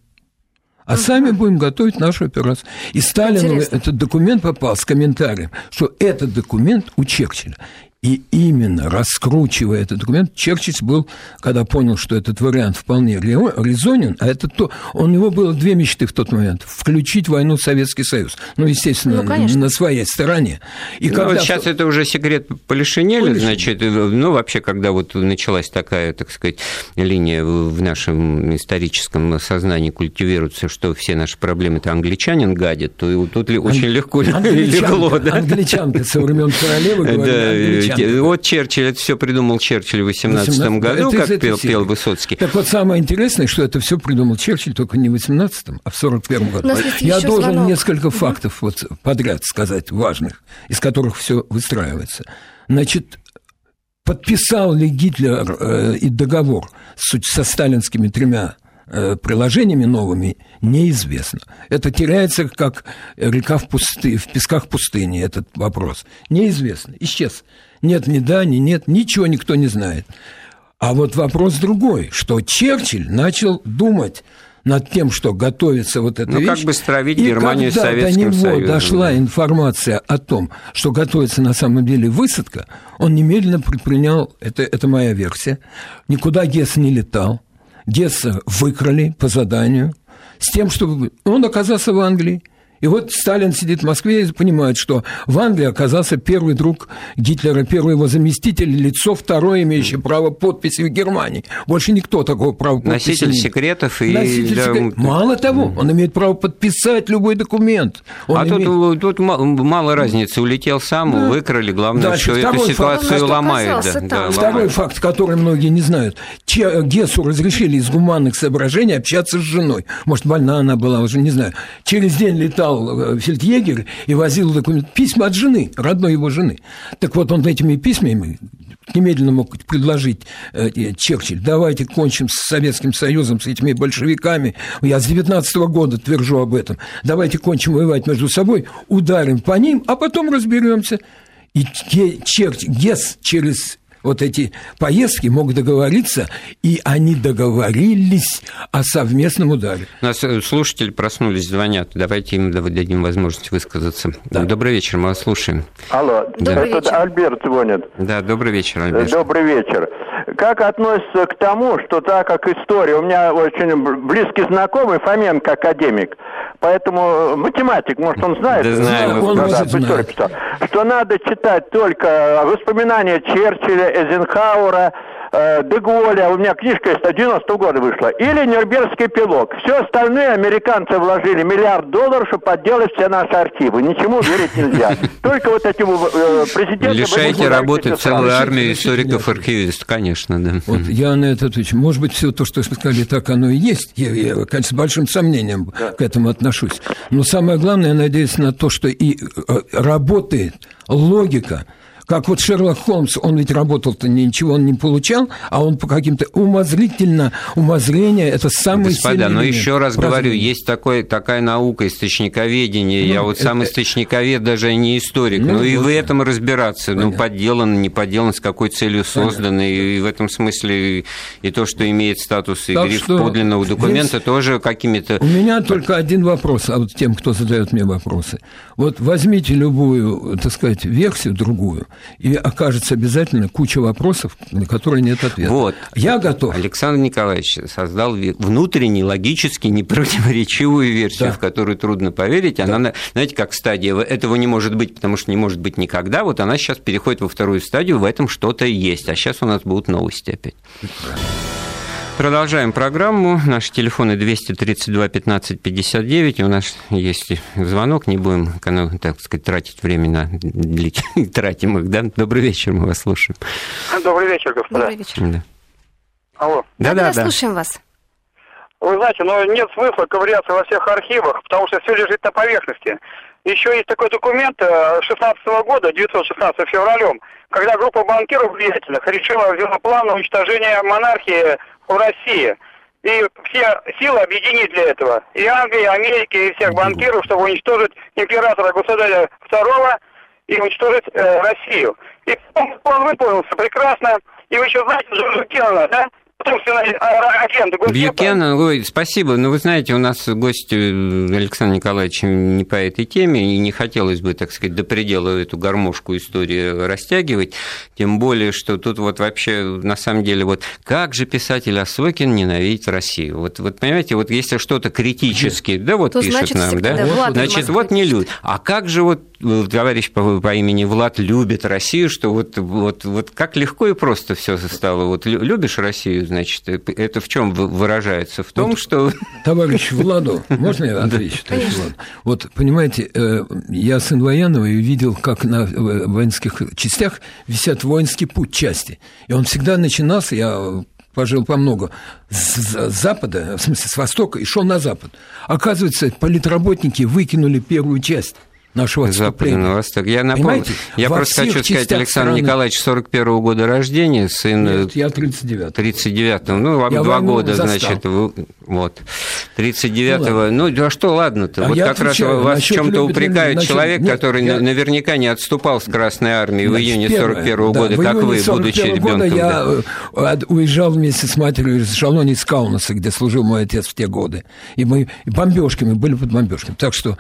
а сами будем готовить нашу операцию. И Сталину Интересно. этот документ попал с комментарием, что этот документ у Черчилля. И именно раскручивая этот документ, Черчилль был, когда понял, что этот вариант вполне резонен, а это то, у него было две мечты в тот момент: включить войну в Советский Союз, ну, естественно, ну, на своей стороне. И ну, когда... вот сейчас это уже секрет Полишинеля, значит, ну, вообще, когда вот началась такая, так сказать, линия в нашем историческом сознании культивируется, что все наши проблемы это англичанин гадит, то тут Ан... очень легко легло. Да? Англичанка со времен королевы говорили, вот Черчилль, это все придумал Черчилль в восемнадцатом году, как пел, пел Высоцкий. Так вот, самое интересное, что это все придумал Черчилль только не в восемнадцатом, а в сорок первом году. Я должен звонок. несколько угу. фактов вот подряд сказать, важных, из которых все выстраивается. Значит, подписал ли Гитлер э, и договор с, со сталинскими тремя приложениями новыми, неизвестно. Это теряется, как река в, пусты, в песках пустыни, этот вопрос. Неизвестно. Исчез. Нет ни да, ни нет, ничего никто не знает. А вот вопрос другой, что Черчилль начал думать над тем, что готовится вот эта ну, вещь. Ну, как бы стравить Германию с Советским Союзом. Когда до него дошла информация о том, что готовится на самом деле высадка, он немедленно предпринял, это, это моя версия, никуда Гесс не летал, Гесса выкрали по заданию с тем, чтобы он оказался в Англии. И вот Сталин сидит в Москве и понимает, что в Англии оказался первый друг Гитлера, первый его заместитель, лицо второе, имеющее право подписи в Германии. Больше никто такого права подписи Носитель не секретов. И... Носитель да, секрет... Мало того, он имеет право подписать любой документ. Он а имеет... тут, тут мало разницы. Улетел сам, да. выкрали. Главное, Дальше, что эту ситуацию факт, ломает. Да, да, второй ломает. Факт, который многие не знают. Гессу разрешили из гуманных соображений общаться с женой. Может, больна она была, уже не знаю. Через день летал фельдъегер и возил документ, письма от жены, родной его жены. Так вот, он этими письмами немедленно мог предложить э, Черчилль: давайте кончим с Советским Союзом, с этими большевиками. Я с девятнадцатого года твержу об этом. Давайте кончим воевать между собой, ударим по ним, а потом разберемся. И Черчилль, Гесс через вот эти поездки мог договориться, и они договорились о совместном ударе. У нас слушатели проснулись, звонят. Давайте им дадим возможность высказаться. Да. Добрый вечер, мы вас слушаем. Алло, да. это Альберт звонит. Да, добрый вечер, Альберт. Добрый вечер. Как относится к тому, что так как история, у меня очень близкий знакомый, Фоменко академик, поэтому математик, может, он знает, да, знаем, он да, да, историю писал, что надо читать только воспоминания Черчилля, Эйзенхауэра, э, Де Голля, у меня книжка есть, девяностого года вышла, или Нюрнбергский эпилог. Все остальное американцы вложили миллиард долларов, чтобы подделать все наши архивы. Ничему верить нельзя. Только вот этим э, президентам... Лишаете работы целую армию историков-архивистов, конечно, да. Вот я на это отвечу. Может быть, все то, что вы сказали, так оно и есть. Я, я конечно, с большим сомнением да. к этому отношусь. Но самое главное, я надеюсь на то, что и работает логика. Как вот Шерлок Холмс, он ведь работал-то, ничего он не получал, а он по каким-то умозрительно, умозрение, это самый Господа, сильный... но еще раз говорю, есть такой, такая наука, источниковедение, ну, я вот это... сам источниковед, даже не историк, ну, но и вот, в этом разбираться, понятно. Ну, подделано, не подделано, с какой целью создано, и в этом смысле и то, что имеет статус и гриф подлинного документа, здесь... тоже какими-то... У меня только один вопрос, а вот тем, кто задает мне вопросы. Вот возьмите любую, так сказать, версию, другую, и окажется обязательно куча вопросов, на которые нет ответа. Вот. Я готов. Александр Николаевич создал внутренне, логически непротиворечивую версию, да. в которую трудно поверить. Она, да. знаете, как стадия, этого не может быть, потому что не может быть никогда. Вот она сейчас переходит во вторую стадию, в этом что-то есть. А сейчас у нас будут новости опять. Продолжаем программу. Наши телефоны двести тридцать два пятнадцать пятьдесят девять. У нас есть звонок, не будем, так сказать, тратить время на длительные, тратим их, да? Добрый вечер, мы вас слушаем. Добрый вечер, господа. Добрый вечер. Да. Алло. Да, да, да. слушаем вас. Вы знаете, но нет смысла ковыряться во всех архивах, потому что все лежит на поверхности. Еще есть такой документ шестнадцатого года, девятьсот шестнадцатого февралем, когда группа банкиров влиятельных решила взяла план на уничтожение монархии в России. И все силы объединить для этого. И Англии, и Америки, и всех банкиров, чтобы уничтожить императора государя второго и уничтожить э, Россию. И план выполнился прекрасно. И вы еще знаете Джорджа Кеннона, да? Агент, Бьюкенен, ой, спасибо. Но вы знаете, у нас гость Александр Николаевич не по этой теме, и не хотелось бы, так сказать, до предела эту гармошку истории растягивать. Тем более, что тут вот вообще, на самом деле, вот как же писатель Осокин ненавидит Россию? Вот, вот понимаете, вот если что-то критически, да, вот то пишет значит, нам, да, вот, значит, вот не любит. А как же вот товарищ по, по имени Влад любит Россию, что вот, вот, вот как легко и просто все стало. Вот любишь Россию, значит, это в чем выражается? В том, вот, что... Товарищ Владу, можно я отвечу? Вот, понимаете, я сын военного и видел, как на воинских частях висят воинские путь-части. И он всегда начинался, я пожил по много, с запада, в смысле, с востока, и шел на запад. Оказывается, политработники выкинули первую часть нашего отступления. Западный Восток. Я напомню, я просто хочу сказать, Александр страны... Николаевич сорок первого года рождения, сын... Нет, я тридцать девятого. тридцать девятого, ну, вам я два года, застал. Значит, вот. тридцать девятого, ну, ну, а что, ладно-то, а вот как отвечаю, раз вас в чем-то упрекает насчет... человек, Нет, который я... наверняка не отступал с Красной Армии в июне сорок первого года, да, как вы, будучи ребенком. Я да. уезжал вместе с матерью из Шалони, из Каунаса, где служил мой отец в те годы, и мы бомбежками, были под бомбежками, так что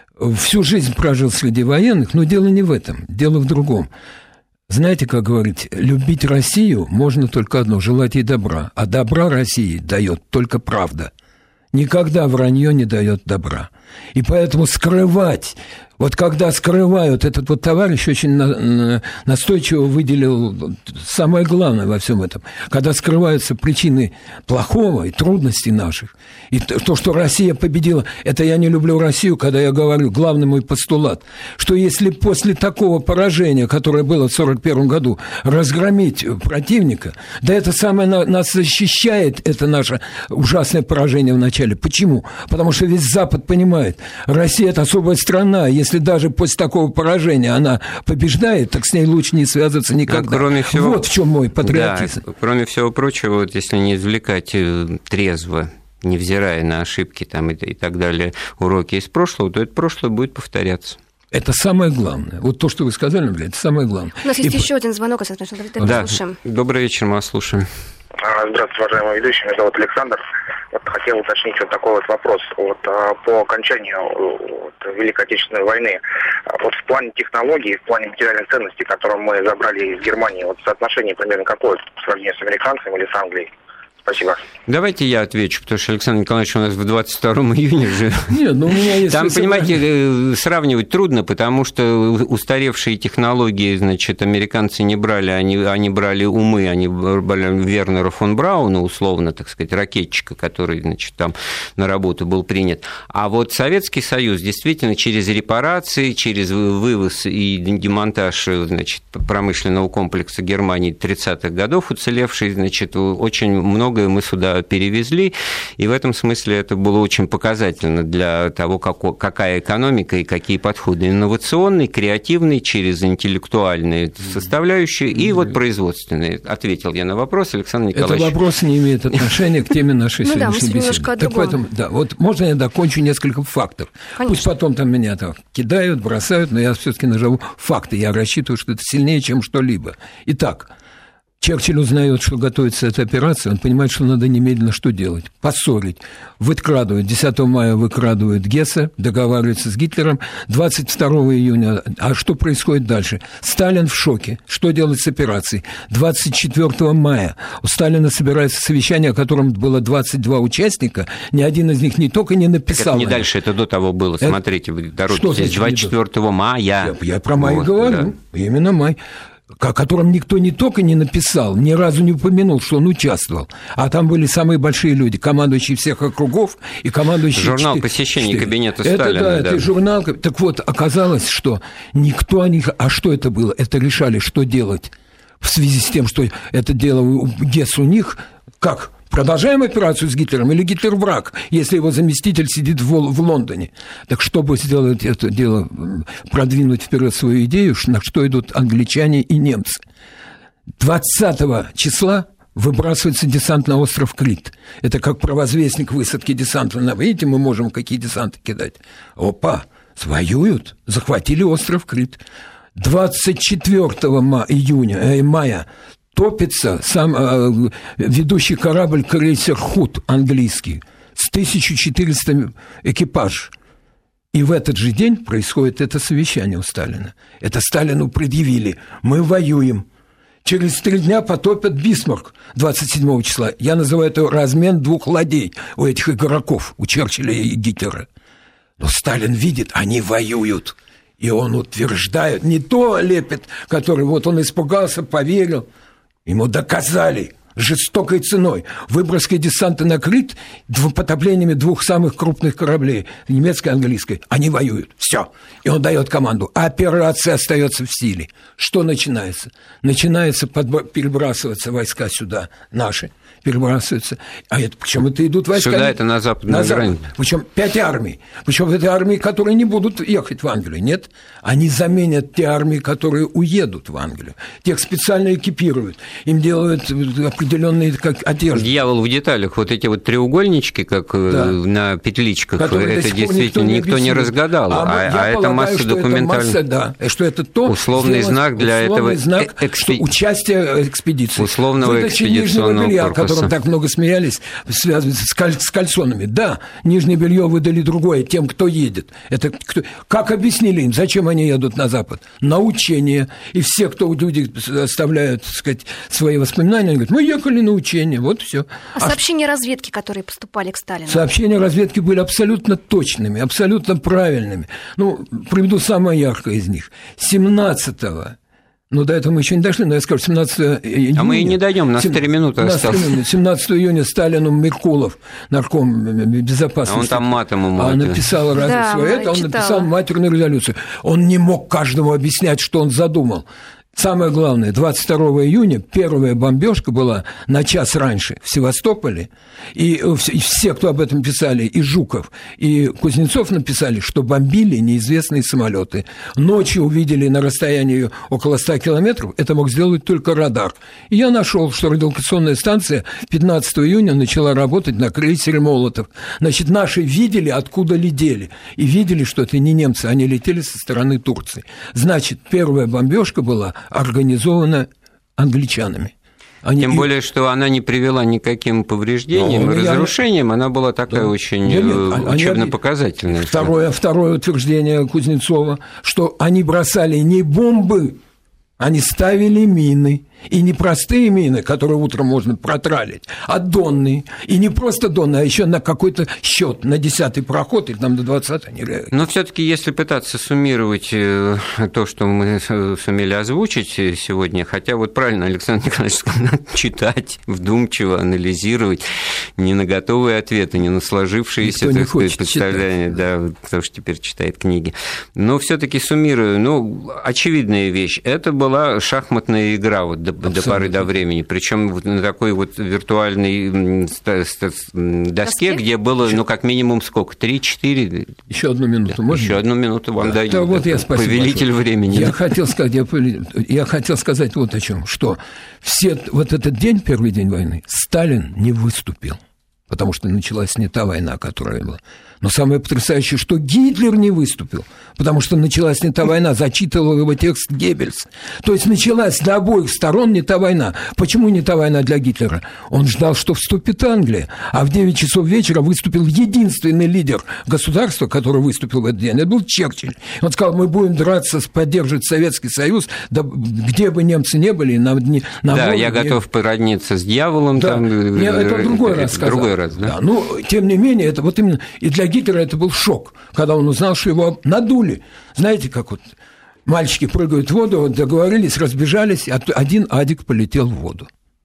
всю жизнь прожил среди военных, но дело не в этом, дело в другом. Знаете, как говорить, любить Россию можно только одно – желать ей добра, а добра России дает только правда. Никогда вранье не дает добра. И поэтому скрывать, вот когда скрывают, этот вот товарищ очень на, на, настойчиво выделил самое главное во всем этом, когда скрываются причины плохого и трудностей наших, и то, что Россия победила, это я не люблю Россию, когда я говорю, главный мой постулат, что если после такого поражения, которое было в сорок первом году, разгромить противника, да это самое нас защищает, это наше ужасное поражение в начале. Почему? Потому что весь Запад понимает, Россия – это особая страна, если даже после такого поражения она побеждает, так с ней лучше не связываться никогда. А кроме всего, вот в чем мой патриотизм. Да, кроме всего прочего, вот если не извлекать трезво, невзирая на ошибки там, и, и так далее, уроки из прошлого, то это прошлое будет повторяться. Это самое главное. Вот то, что вы сказали, например, это самое главное. У нас есть и... еще один звонок, давайте да. послушаем. Добрый вечер, мы вас слушаем. Здравствуйте, уважаемый ведущий, меня зовут Александр. Вот хотел уточнить вот такой вот вопрос. Вот по окончанию вот, Великой Отечественной войны, вот в плане технологий, в плане материальных ценностей, которые мы забрали из Германии, вот соотношение примерно какое по сравнению с американцами или с Англией? Спасибо. Давайте я отвечу, потому что, Александр Николаевич, у нас в двадцать втором июня же... Нет, ну у меня есть... Там, понимаете, сравнивать трудно, потому что устаревшие технологии, значит, американцы не брали, они, они брали умы, они брали Вернера фон Брауна, условно, так сказать, ракетчика, который, значит, там на работу был принят. А вот Советский Союз действительно через репарации, через вывоз и демонтаж, значит, промышленного комплекса Германии тридцатых годов уцелевший, значит, очень многое мы сюда перевезли, и в этом смысле это было очень показательно для того, как, какая экономика и какие подходы инновационные, креативные, через интеллектуальные составляющие и вот производственные. Ответил я на вопрос, Александр Николаевич. Этот вопрос не имеет отношения к теме нашей ну сегодняшней да, беседы. Так другом. поэтому, да, вот можно я докончу несколько фактов. Конечно. Пусть потом там меня там кидают, бросают, но я все-таки назову факты. Я рассчитываю, что это сильнее, чем что-либо. Итак, Черчилль узнает, что готовится эта операция, он понимает, что надо немедленно что делать? Поссорить. Выкрадывают, десятого мая выкрадывают Гесса, договариваются с Гитлером, двадцать второго июня, а что происходит дальше? Сталин в шоке, что делать с операцией? двадцать четвёртого мая у Сталина собирается совещание, о котором было двадцать два участника, ни один из них не только не написал. Так это не дальше, это до того было, это... смотрите, вы торопитесь, двадцать четвёртого мая. Я, я про май вот, говорю, да. Именно май. О котором никто не только не написал, ни разу не упомянул, что он участвовал. А там были самые большие люди, командующие всех округов и командующие... Журнал четыре... посещений четыре. кабинета это, Сталина. Да, да, это журнал. Так вот, оказалось, что никто о них... А что это было? Это решали, что делать в связи с тем, что это дело Гесс у них. Как? Продолжаем операцию с Гитлером или Гитлер враг, если его заместитель сидит в, в Лондоне? Так чтобы сделать это дело, продвинуть вперед свою идею, на что идут англичане и немцы? двадцатого числа выбрасывается десант на остров Крит. Это как провозвестник высадки десанта. Видите, мы можем какие десанты кидать. Опа, воюют, захватили остров Крит. двадцать четвёртого июня, э, мая топится сам э, ведущий корабль крейсер «Худ» английский с тысяча четыреста экипаж. И в этот же день происходит это совещание у Сталина. Это Сталину предъявили. Мы воюем. Через три дня потопят Бисмарк двадцать седьмого числа. Я называю это размен двух ладей у этих игроков, у Черчилля и Гитлера. Но Сталин видит, они воюют. И он утверждает, не то лепит, который вот он испугался, поверил. Ему доказали жестокой ценой выброской десанта на Крит, потоплениями двух самых крупных кораблей, немецкой и английской. Они воюют. Все. И он дает команду. Операция остается в силе. Что начинается? Начинается подбор- перебрасываться войска сюда, наши. Перебрасываются. А это причем это идут войска. Сюда это на западную границу. Причем пять армий. Причем это армии, которые не будут ехать в Англию. Нет. Они заменят те армии, которые уедут в Англию. Тех специально экипируют. Им делают определенные как одежды. Дьявол в деталях. Вот эти вот треугольнички, как да. на петличках, которые это действительно никто, никто не разгадал. А, а, а это масса документальная. Да, что это то. Условный знак для условный этого. Знак, экспи... что участие экспедиции. Условного экспедиционного белья, корпуса. О котором так много смеялись, связывается с, каль... с кальсонами. Да, нижнее белье выдали другое тем, кто едет. Это кто... Как объяснили им, зачем они едут на Запад? На учение. И все, кто люди оставляют, так сказать, свои воспоминания, они говорят, мы ехали на учение, вот все. А, а сообщения разведки, которые поступали к Сталину? Сообщения разведки были абсолютно точными, абсолютно правильными. Ну, приведу самое яркое из них. семнадцатого Ну, до этого мы еще не дошли, но я скажу, семнадцатого июня... А мы и не дойдем, у нас три минуты осталось. семнадцатого июня Сталину Меркулов, нарком безопасности... А он там матом ему... А написал разве да, свое это, он читала. написал матерную резолюцию. Он не мог каждому объяснять, что он задумал. Самое главное, двадцать второго июня первая бомбежка была на час раньше в Севастополе, и все, кто об этом писали, и Жуков, и Кузнецов написали, что бомбили неизвестные самолеты. Ночью увидели на расстоянии около ста километров, это мог сделать только радар. И я нашел, что радиолокационная станция пятнадцатого июня начала работать на крейсере «Молотов». Значит, наши видели, откуда летели, и видели, что это не немцы, они летели со стороны Турции. Значит, первая бомбежка была организована англичанами. Они... Тем более, что она не привела никаким повреждениям ну, и я... разрушениям, она была такая да. очень да учебно-показательная. Второе, второе утверждение Кузнецова, что они бросали не бомбы, они ставили мины. И не простые мины, которые утром можно протралить, а донные. И не просто донные, а еще на какой-то счет, на десятый проход или там до двадцатого. Но все-таки, если пытаться суммировать то, что мы сумели озвучить сегодня, хотя вот правильно Александр Николаевич сказал, надо читать, вдумчиво анализировать, не на готовые ответы, не на сложившиеся, так сказать, представления, да, кто же теперь читает книги. Но все-таки суммирую, ну, очевидная вещь, это была шахматная игра вот до, до поры до времени, причем вот на такой вот виртуальной доске, где было, ну, как минимум сколько, три-четыре? Еще одну минуту, да, можно? Еще одну минуту вам даю. Да, вот я, спасибо повелитель большое. времени. Я хотел сказать, я, я хотел сказать вот о чем, что все, вот этот день, первый день войны, Сталин не выступил, потому что началась не та война, которая была. Но самое потрясающее, что Гитлер не выступил, потому что началась не та война, зачитывал его текст Геббельс. То есть началась с обоих сторон не та война. Почему не та война для Гитлера? Он ждал, что вступит Англия, а в девять часов вечера выступил единственный лидер государства, который выступил в этот день, это был Черчилль. Он сказал, мы будем драться, поддерживать Советский Союз, да, где бы немцы не были. На, на да, воле, я где... готов породниться с дьяволом. Да. Там... Нет, это другой раз сказал. Другой раз, да? Да. Но, тем не менее, это вот именно... И для Гитлера это был шок, когда он узнал, что его надули. Знаете, как вот мальчики прыгают в воду, вот договорились, разбежались, а один Адик полетел в воду.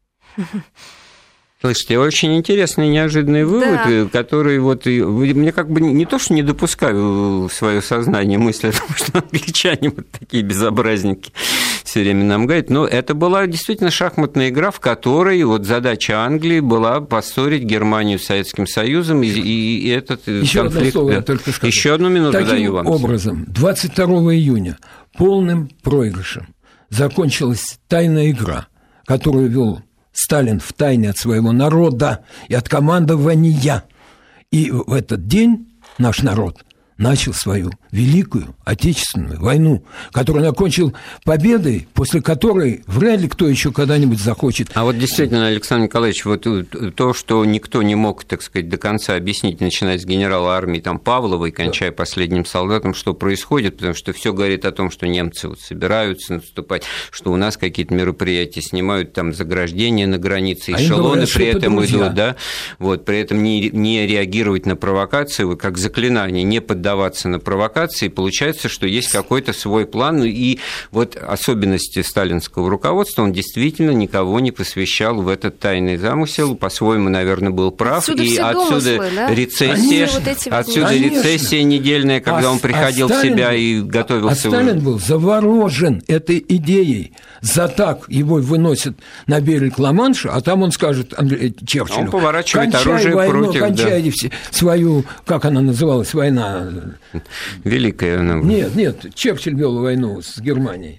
Слышите, очень интересный, неожиданный вывод, да. который вот мне как бы не то, что не допускаю в свое сознание мысли о том, что англичане вот такие безобразники все время нам говорят, но это была действительно шахматная игра, в которой вот задача Англии была поссорить Германию с Советским Союзом, и, и этот Еще конфликт... Одно слово я только скажу. Еще одну минуту Таким даю вам. Таким образом, двадцать второго июня полным проигрышем закончилась тайная игра, которую вел Сталин в тайне от своего народа и от командования. И в этот день наш народ начал свою Великую Отечественную войну, которую он окончил победой, после которой вряд ли кто еще когда-нибудь захочет. А вот действительно, Александр Николаевич, вот то, что никто не мог, так сказать, до конца объяснить, начиная с генерала армии там, Павлова и кончая да. последним солдатом, что происходит, потому что все говорит о том, что немцы вот собираются наступать, что у нас какие-то мероприятия снимают, там заграждения на границе, эшелоны а при этом идут, да, вот, при этом не, не реагировать на провокации, вот, как заклинание, не поддаваться даваться на провокации, получается, что есть какой-то свой план, и вот особенности сталинского руководства, он действительно никого не посвящал в этот тайный замысел, по-своему, наверное, был прав, отсюда и отсюда домыслы, да? рецессия, вот отсюда Конечно. рецессия недельная, когда а, он приходил а в себя и готовился. А Сталин был заворожен этой идеей, за так его выносят на берег Ла-Манша, а там он скажет Черчиллю, он поворачивает кончай оружие войну, против, кончай да. свою, как она называлась, война. Великая она. Нет, нет, Черчилль вел войну с Германией.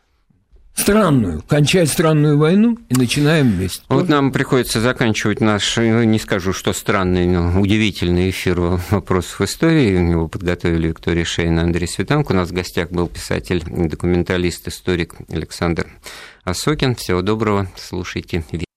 Странную. Кончай странную войну и начинаем вместе. Вот тоже? Нам приходится заканчивать наш, не скажу, что странный, но удивительный эфир вопросов истории. Его подготовили Виктория Шейна, Андрей Светанко. У нас в гостях был писатель, документалист, историк Александр Осокин. Всего доброго. Слушайте.